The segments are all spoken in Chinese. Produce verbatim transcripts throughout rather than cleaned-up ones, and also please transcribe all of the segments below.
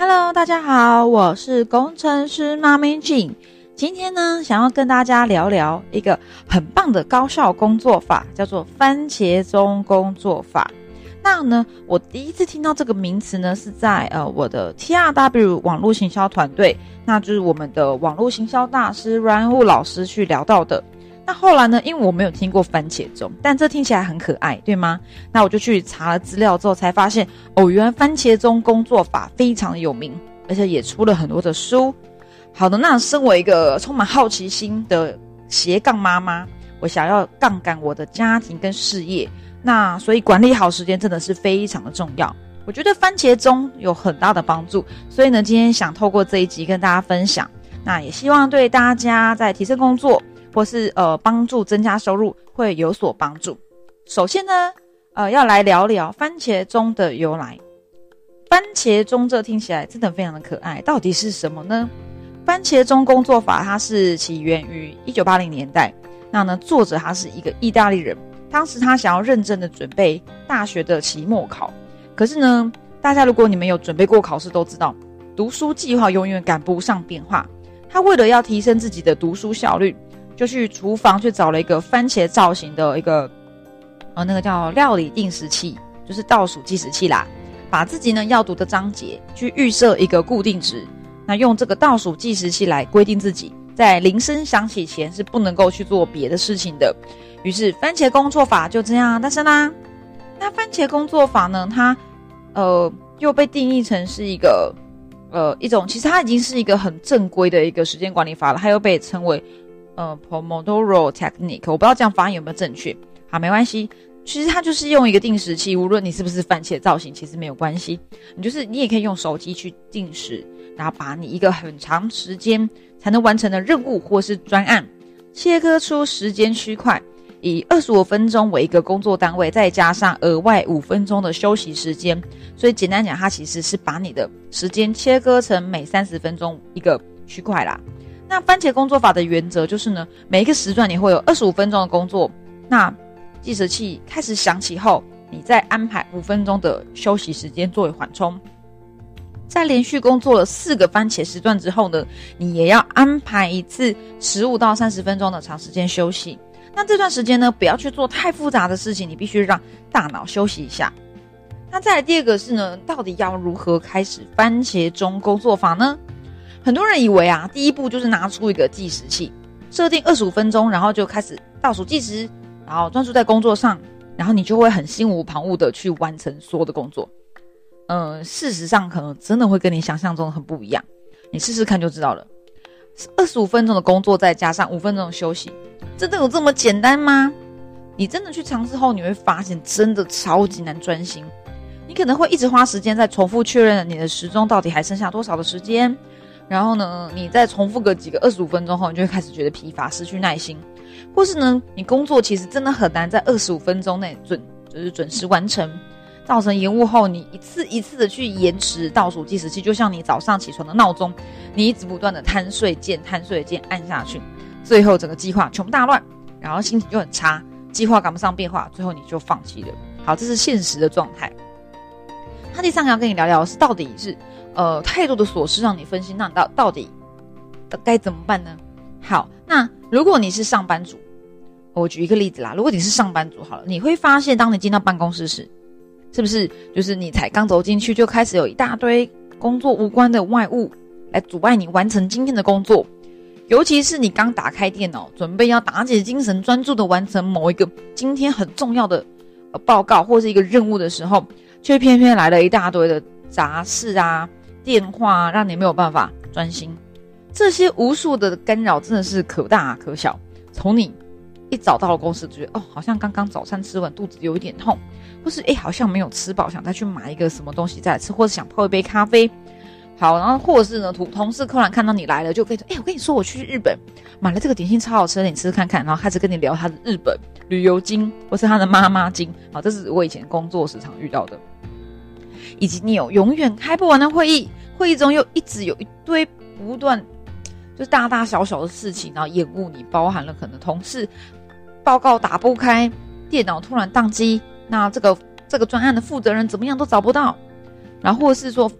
Hello， 大家好，我是工程师妈咪 Jean。今天呢，想要跟大家聊聊一个很棒的高效工作法，叫做番茄钟工作法。那呢，我第一次听到这个名词呢，是在呃我的 T R W 网络行销团队，那就是我们的网络行销大师阮武老师去聊到的。那后来呢，因为我没有听过番茄钟，但这听起来很可爱，对吗？那我就去查了资料之后才发现，哦，原来番茄钟工作法非常的有名，而且也出了很多的书。好的，那身为一个充满好奇心的斜杠妈妈，我想要杠杆我的家庭跟事业，那所以管理好时间真的是非常的重要。我觉得番茄钟有很大的帮助，所以呢，今天想透过这一集跟大家分享，那也希望对大家在提升工作或是呃帮助增加收入会有所帮助。首先呢，呃要来聊聊番茄钟的由来。番茄钟这听起来真的非常的可爱，到底是什么呢？番茄钟工作法它是起源于一九八零年代，那呢作者他是一个意大利人，当时他想要认真的准备大学的期末考，可是呢，大家如果你们有准备过考试都知道，读书计划永远赶不上变化。他为了要提升自己的读书效率，就去厨房去找了一个番茄造型的一个呃那个叫料理定时器，就是倒数计时器啦，把自己呢要读的章节去预设一个固定值，那用这个倒数计时器来规定自己在铃声响起前是不能够去做别的事情的。于是番茄工作法就这样诞生啦。那番茄工作法呢，它呃又被定义成是一个呃一种，其实它已经是一个很正规的一个时间管理法了，它又被称为呃 Pomodoro Technique， 我不知道这样发音有没有正确，好，没关系。其实它就是用一个定时器，无论你是不是番茄造型，其实没有关系。你就是你也可以用手机去定时，然后把你一个很长时间才能完成的任务或是专案，切割出时间区块，以二十五分钟为一个工作单位，再加上额外五分钟的休息时间。所以简单讲，它其实是把你的时间切割成每三十分钟一个区块啦。那番茄工作法的原则就是呢，每一个时段你会有二十五分钟的工作，那计时器开始响起后，你再安排五分钟的休息时间作为缓冲。在连续工作了四个番茄时段之后呢，你也要安排一次十五到三十分钟的长时间休息。那这段时间呢，不要去做太复杂的事情，你必须让大脑休息一下。那再来第二个是呢，到底要如何开始番茄钟工作法呢？很多人以为啊，第一步就是拿出一个计时器，设定二十五分钟，然后就开始倒数计时，然后专注在工作上，然后你就会很心无旁骛的去完成所有的工作。呃，事实上可能真的会跟你想象中的很不一样，你试试看就知道了。二十五分钟的工作再加上五分钟的休息，真的有这么简单吗？你真的去尝试后，你会发现真的超级难专心。你可能会一直花时间在重复确认你的时钟到底还剩下多少的时间，然后呢，你再重复个几个二十五分钟后，你就会开始觉得疲乏，失去耐心。或是呢，你工作其实真的很难在二十五分钟内准就是准时完成，造成延误后，你一次一次的去延迟倒数计时器，就像你早上起床的闹钟，你一直不断的贪睡键贪睡键按下去，最后整个计划全部大乱，然后心情就很差，计划赶不上变化，最后你就放弃了。好，这是现实的状态。他第三个要跟你聊聊的是，到底是呃太多的琐事让你分心，那你到到底该怎么办呢？好，那如果你是上班族，我举一个例子啦，如果你是上班族好了，你会发现当你进到办公室时，是不是就是你才刚走进去就开始有一大堆工作无关的外物来阻碍你完成今天的工作？尤其是你刚打开电脑，准备要打起精神专注的完成某一个今天很重要的、呃、报告或是一个任务的时候，却偏偏来了一大堆的杂事啊、电话啊，让你没有办法专心。这些无数的干扰真的是可大可小，从你一早到了公司就觉得哦，好像刚刚早餐吃完肚子有一点痛，或是诶好像没有吃饱，想再去买一个什么东西再来吃，或是想泡一杯咖啡。好，然后或者是呢，同同事突然看到你来了，就跟你说，诶我跟你说我去日本买了这个点心超好吃的，你吃吃看看，然后开始跟你聊他的日本旅游经或是他的妈妈经。好，这是我以前工作时常遇到的。以及你有永远开不完的会议，会议中又一直有一堆不断就是大大小小的事情，然后延误你，包含了可能同事报告打不开，电脑突然宕机，那这个这个专案的负责人怎么样都找不到，然后或者是说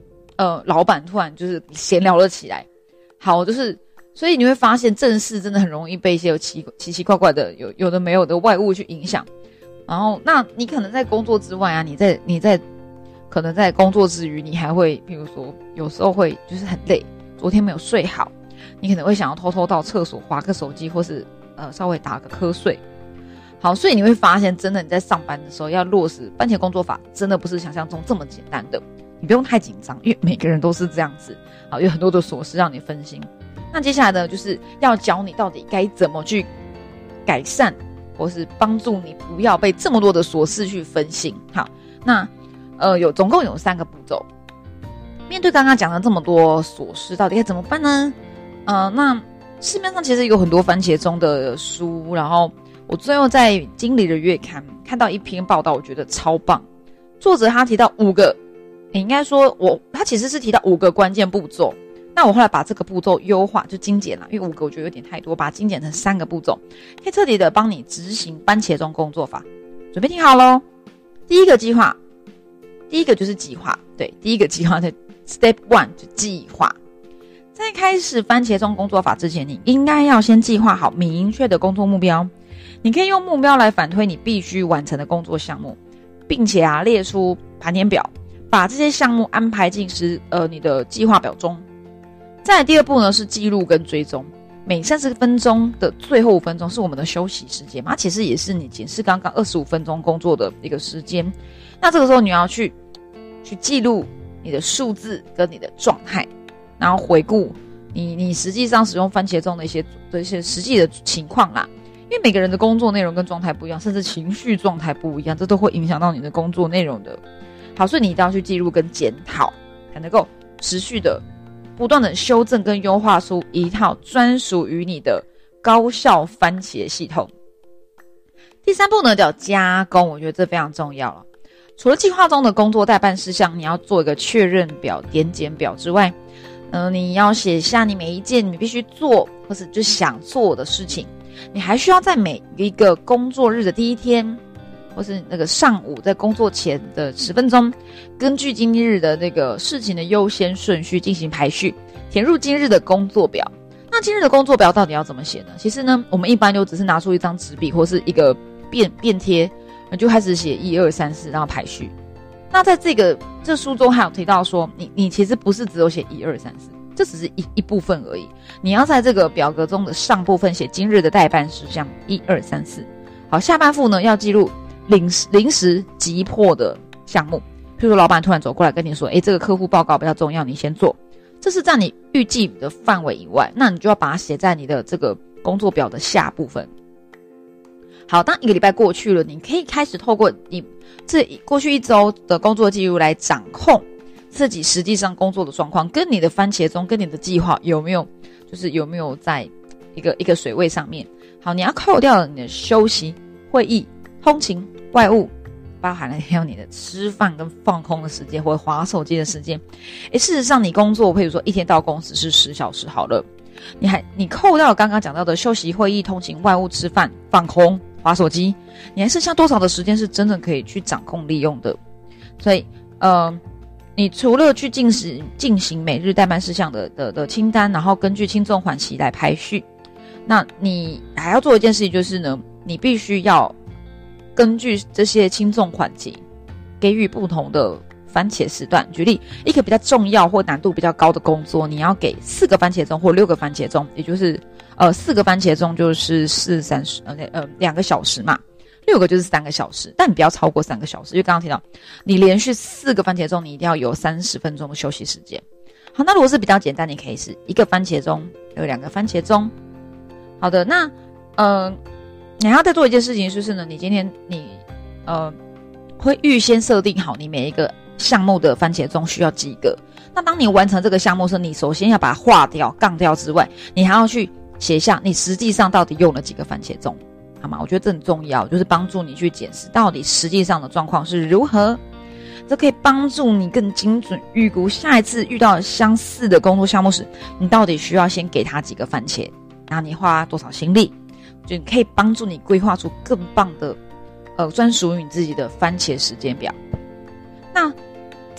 呃老板突然就是闲聊了起来。好，就是所以你会发现正事真的很容易被一些有奇奇奇怪怪的有有的没有的外物去影响。然后那你可能在工作之外啊，你在你在可能在工作之余，你还会比如说有时候会就是很累，昨天没有睡好，你可能会想要偷偷到厕所滑个手机，或是呃稍微打个瞌睡。好，所以你会发现真的你在上班的时候要落实番茄工作法，真的不是想象中这么简单的。你不用太紧张，因为每个人都是这样子。好，有很多的琐事让你分心。那接下来呢，就是要教你到底该怎么去改善，或是帮助你不要被这么多的琐事去分心。好，那呃有总共有三个步骤。面对刚刚讲的这么多琐事，到底该怎么办呢？呃，那市面上其实有很多番茄钟的书，然后我最后在经理的月刊看到一篇报道，我觉得超棒。作者他提到五个，应该说我他其实是提到五个关键步骤。那我后来把这个步骤优化，就精简了，因为五个我觉得有点太多，把它精简成三个步骤，可以彻底的帮你执行番茄钟工作法。准备听好咯。第一个计划，第一个就是计划，对，第一个计划的 step one 就计划。在开始番茄钟工作法之前，你应该要先计划好明确的工作目标。你可以用目标来反推你必须完成的工作项目，并且啊列出盘点表，把这些项目安排进时呃你的计划表中。再来第二步呢是记录跟追踪，每三十分钟的最后五分钟是我们的休息时间嘛，其实也是你检视刚刚二十五分钟工作的一个时间。那这个时候你要去去记录你的数字跟你的状态，然后回顾你你实际上使用番茄钟的一些的一些实际的情况啦。因为每个人的工作内容跟状态不一样，甚至情绪状态不一样，这都会影响到你的工作内容的。好，所以你一定要去记录跟检讨，才能够持续的不断的修正跟优化出一套专属于你的高效番茄系统。第三步呢叫加工，我觉得这非常重要了。除了计划中的工作待办事项，你要做一个确认表、点检表之外，呃，你要写下你每一件你必须做或是就想做的事情。你还需要在每一个工作日的第一天，或是那个上午在工作前的十分钟，根据今日的那个事情的优先顺序进行排序，填入今日的工作表。那今日的工作表到底要怎么写呢？其实呢，我们一般就只是拿出一张纸笔或是一个便便贴，就开始写一二三四，然后排序。那在这个这书中还有提到说，你你其实不是只有写一二三四，这只是一一部分而已。你要在这个表格中的上部分写今日的待办事项一二三四。好，下半部呢要记录临时临时急迫的项目，譬如说老板突然走过来跟你说，诶，这个客户报告比较重要，你先做。这是在你预计的范围以外，那你就要把它写在你的这个工作表的下部分。好，当一个礼拜过去了，你可以开始透过你这过去一周的工作记录来掌控自己实际上工作的状况，跟你的番茄钟跟你的计划有没有就是有没有在一个一个水位上面。好，你要扣掉你的休息、会议、通勤、外务，包含了还有你的吃饭跟放空的时间或者滑手机的时间。诶，事实上你工作譬如说一天到公司是十小时好了，你还你扣掉刚刚讲到的休息、会议、通勤、外务、吃饭、放空、滑手机，你还剩下多少的时间是真正可以去掌控利用的。所以呃你除了去进行进行每日待办事项的的的清单，然后根据轻重缓急来排序，那你还要做一件事情，就是呢，你必须要根据这些轻重缓急给予不同的番茄时段。举例，一个比较重要或难度比较高的工作，你要给四个番茄钟或六个番茄钟，也就是呃四个番茄钟就是四三十呃呃两个小时嘛。六个就是三个小时，但你不要超过三个小时，因为刚刚提到你连续四个番茄钟，你一定要有三十分钟的休息时间。好，那如果是比较简单，你可以是一个番茄钟有两个番茄钟。好的，那呃你还要再做一件事情，就是呢，你今天你呃会预先设定好你每一个项目的番茄钟需要几个。那当你完成这个项目时，你首先要把它划掉、杠掉之外，你还要去写下你实际上到底用了几个番茄钟。好吗？我觉得这很重要，就是帮助你去检视到底实际上的状况是如何。这可以帮助你更精准预估下一次遇到相似的工作项目时，你到底需要先给他几个番茄，然后你花多少心力，就可以帮助你规划出更棒的呃专属于你自己的番茄时间表。那第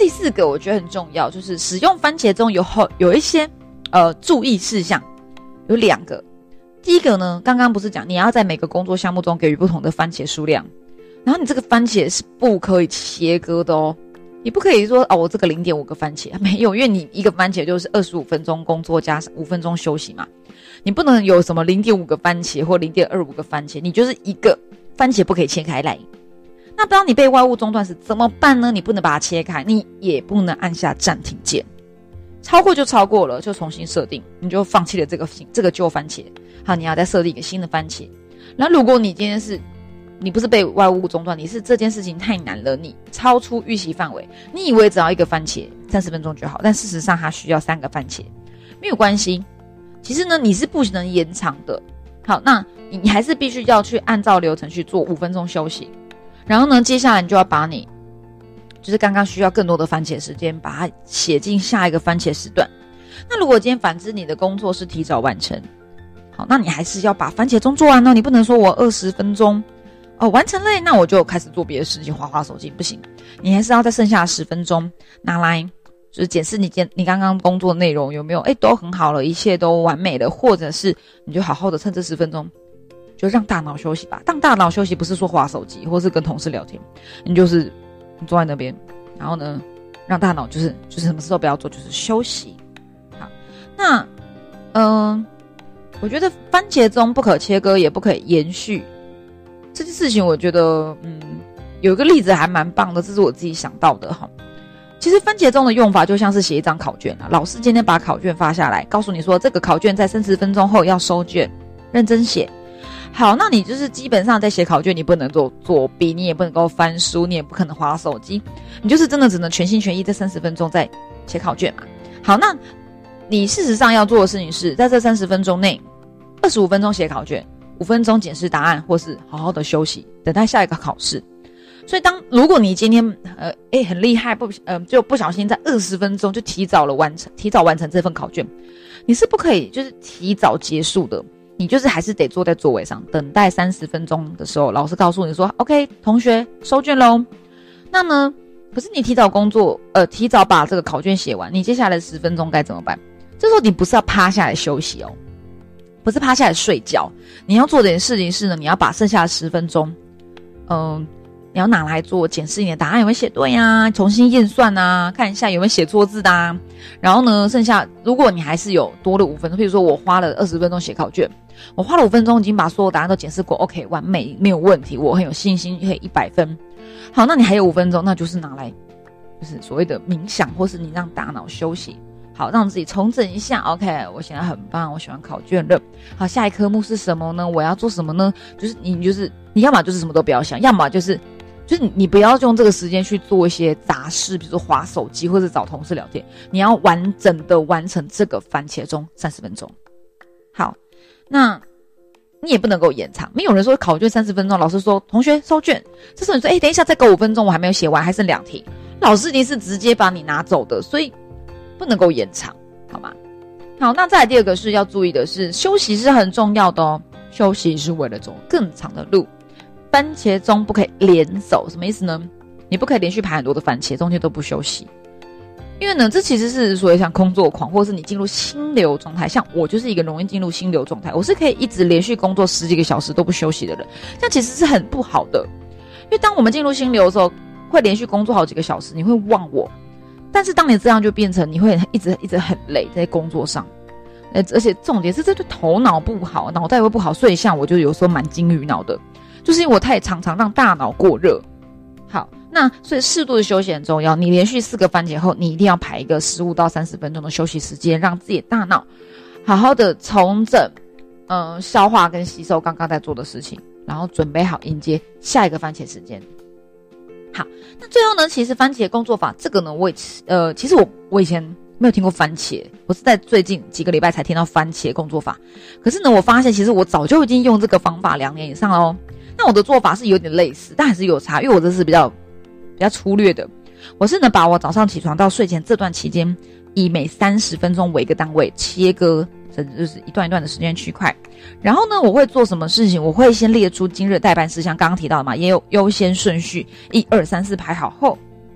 第四个我觉得很重要，就是使用番茄钟有有一些呃注意事项，有两个。第一个呢，刚刚不是讲你要在每个工作项目中给予不同的番茄数量，然后你这个番茄是不可以切割的哦，你不可以说哦我这个 零点五 个番茄，没有，因为你一个番茄就是二十五分钟工作加五分钟休息嘛，你不能有什么 零点五 个番茄或 零点二五 个番茄，你就是一个番茄不可以切开来。那当你被外物中断时怎么办呢？你不能把它切开，你也不能按下暂停键，超过就超过了，就重新设定，你就放弃了这个这个旧番茄。好，你要再设定一个新的番茄。那如果你今天是你不是被外物中断，你是这件事情太难了，你超出预期范围，你以为只要一个番茄三十分钟就好，但事实上它需要三个番茄，没有关系。其实呢，你是不能延长的。好，那你还是必须要去按照流程去做五分钟休息，然后呢，接下来你就要把你就是刚刚需要更多的番茄时间，把它写进下一个番茄时段。那如果今天反之你的工作是提早完成，好，那你还是要把番茄钟做完哦，你不能说我二十分钟哦完成了，那我就开始做别的事情，滑滑手机，不行，你还是要在剩下的十分钟拿来就是检视你今你刚刚工作的内容有没有诶都很好了，一切都完美了，或者是你就好好的趁这十分钟就让大脑休息吧。当大脑休息不是说滑手机或是跟同事聊天，你就是你坐在那边，然后呢让大脑就是就是什么事都不要做，就是休息。好，那嗯、呃我觉得番茄钟不可切割也不可以延续这件事情，我觉得嗯有一个例子还蛮棒的，这是我自己想到的哈。其实番茄钟的用法就像是写一张考卷啊，老师今天把考卷发下来，告诉你说这个考卷在三十分钟后要收卷，认真写。好，那你就是基本上在写考卷，你不能做作弊，你也不能够翻书，你也不可能滑手机，你就是真的只能全心全意在三十分钟在写考卷嘛。好，那你事实上要做的事情是在这三十分钟内二十五分钟写考卷，五分钟检视答案，或是好好的休息，等待下一个考试。所以当如果你今天呃诶很厉害，不呃就不小心在二十分钟就提早了完成提早完成这份考卷，你是不可以就是提早结束的，你就是还是得坐在座位上等待三十分钟的时候，老师告诉你说 OK 同学收卷咯。那呢可是你提早工作呃提早把这个考卷写完，你接下来的十分钟该怎么办？这时候你不是要趴下来休息哦，不是趴下来睡觉，你要做的事情是呢，你要把剩下的十分钟嗯、呃你要拿来做检视你的答案有没有写对啊，重新验算啊，看一下有没有写错字的啊。然后呢剩下如果你还是有多了五分钟，譬如说我花了二十分钟写考卷，我花了五分钟已经把所有答案都检视过 OK 完美没有问题，我很有信心可以一百分。好，那你还有五分钟，那就是拿来就是所谓的冥想，或是你让大脑休息，好让自己重整一下。 OK 我现在很棒，我喜欢考卷了。好，下一科目是什么呢？我要做什么呢？就是你就是你要么就是什么都不要想，要么就是就是你不要用这个时间去做一些杂事，比如说滑手机或者找同事聊天，你要完整的完成这个番茄钟三十分钟。好，那你也不能够延长，没有人说考卷三十分钟，老师说同学收卷，这时候你说诶等一下再给我五分钟，我还没有写完，还剩两题，老师一定是直接把你拿走的，所以不能够延长，好吗？好，那再来第二个是要注意的是休息是很重要的哦，休息是为了走更长的路。番茄钟不可以连走，什么意思呢？你不可以连续排很多的番茄，中间都不休息。因为呢，这其实是所谓像工作狂，或者是你进入心流状态。像我就是一个容易进入心流状态，我是可以一直连续工作十几个小时都不休息的人，这样其实是很不好的。因为当我们进入心流的时候，会连续工作好几个小时，你会忘我。但是当你这样就变成你会一直一直很累在工作上，而且重点是这对头脑不好，脑袋会不好。所以像我就有时候蛮金鱼脑的。就是因为我太常常让大脑过热。好，那所以适度的休息很重要。你连续四个番茄后，你一定要排一个十五到三十分钟的休息时间，让自己的大脑好好的重整，嗯、呃，消化跟吸收刚刚在做的事情，然后准备好迎接下一个番茄时间。好，那最后呢，其实番茄工作法这个呢，我也呃，其实我我以前没有听过番茄，我是在最近几个礼拜才听到番茄工作法。可是呢，我发现其实我早就已经用这个方法两年以上了哦。那我的做法是有点类似，但还是有差，因为我这是比较比较粗略的。我是呢把我早上起床到睡前这段期间，以每三十分钟为一个单位切割，甚至就是一段一段的时间区块。然后呢，我会做什么事情？我会先列出今日待办事项，刚刚提到的嘛，也有优先顺序，一二三四排好后，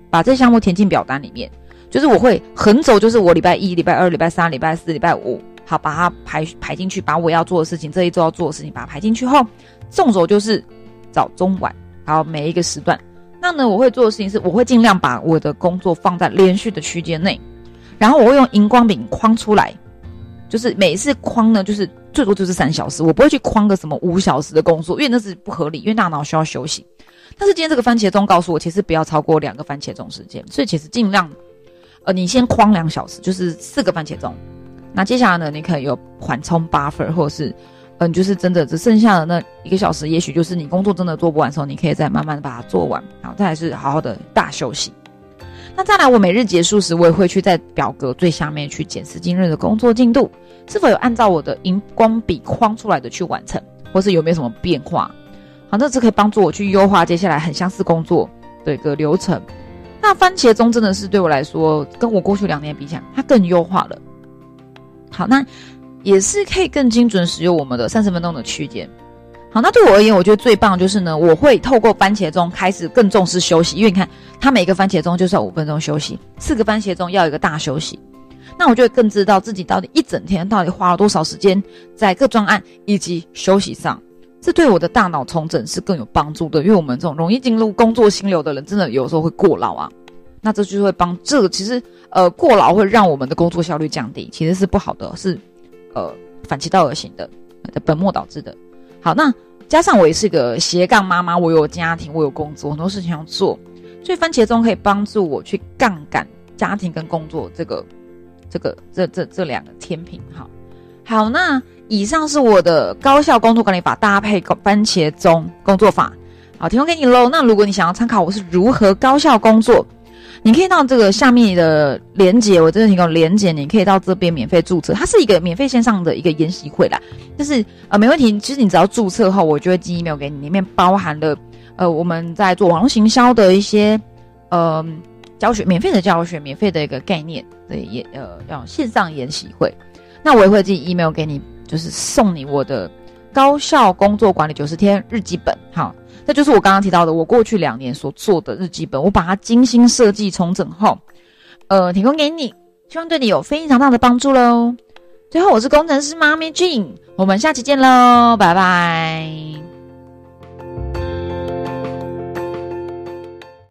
把这项目填进表单里面，就是我会横走，就是我礼拜一、礼拜二、礼拜三、礼拜四、礼拜五，好，把它排排进去，把我要做的事情，这一周要做的事情，把它排进去后，纵轴就是早、中、晚，好，每一个时段。那呢，我会做的事情是，我会尽量把我的工作放在连续的区间内，然后我会用荧光笔框出来，就是每一次框呢，就是最多就是三小时，我不会去框个什么五小时的工作，因为那是不合理，因为大脑需要休息。但是今天这个番茄钟告诉我，其实不要超过两个番茄钟时间，所以其实尽量，呃，你先框两小时，就是四个番茄钟。那接下来呢，你可以有缓冲 buffer， 或者是，嗯、呃，就是真的只剩下的那一个小时，也许就是你工作真的做不完的时候，你可以再慢慢的把它做完，好，再来是好好的大休息。那再来，我每日结束时，我也会去在表格最下面去检视今日的工作进度，是否有按照我的荧光笔框出来的去完成，或是有没有什么变化。好，那这可以帮助我去优化接下来很相似工作的一个流程。那番茄钟真的是对我来说，跟我过去两年比起来，它更优化了。好，那也是可以更精准使用我们的三十分钟的区间。好，那对我而言，我觉得最棒的就是呢，我会透过番茄钟开始更重视休息，因为你看，它每个番茄钟就是要五分钟休息，四个番茄钟要有一个大休息。那我就会更知道自己到底一整天到底花了多少时间在各专案以及休息上。这对我的大脑重整是更有帮助的，因为我们这种容易进入工作心流的人，真的有时候会过劳啊。那这就会帮这个，其实呃过劳会让我们的工作效率降低，其实是不好的，是呃反其道而行的，本末倒置的。好，那加上我也是个斜杠妈妈，我有家庭，我有工作，很多事情要做，所以番茄钟可以帮助我去杠杆家庭跟工作这个这个这这这两个天平。好，好，那以上是我的高效工作管理法搭配番茄钟工作法，好，提供给你咯。那如果你想要参考我是如何高效工作，你可以到这个下面的连结，我这边提供连结，你可以到这边免费注册。它是一个免费线上的一个研习会啦，就是呃没问题。其实你只要注册后，我就会寄 email 给你，里面包含了呃我们在做网络行销的一些呃教学，免费的教学，免费的一个概念的也呃叫线上研习会。那我也会寄 email 给你，就是送你我的高效工作管理九十天日记本。好，这就是我刚刚提到的，我过去两年所做的日记本，我把它精心设计重整后，呃，提供给你，希望对你有非常大的帮助喽。最后，我是工程师妈咪 Jean， 我们下期见喽，拜拜。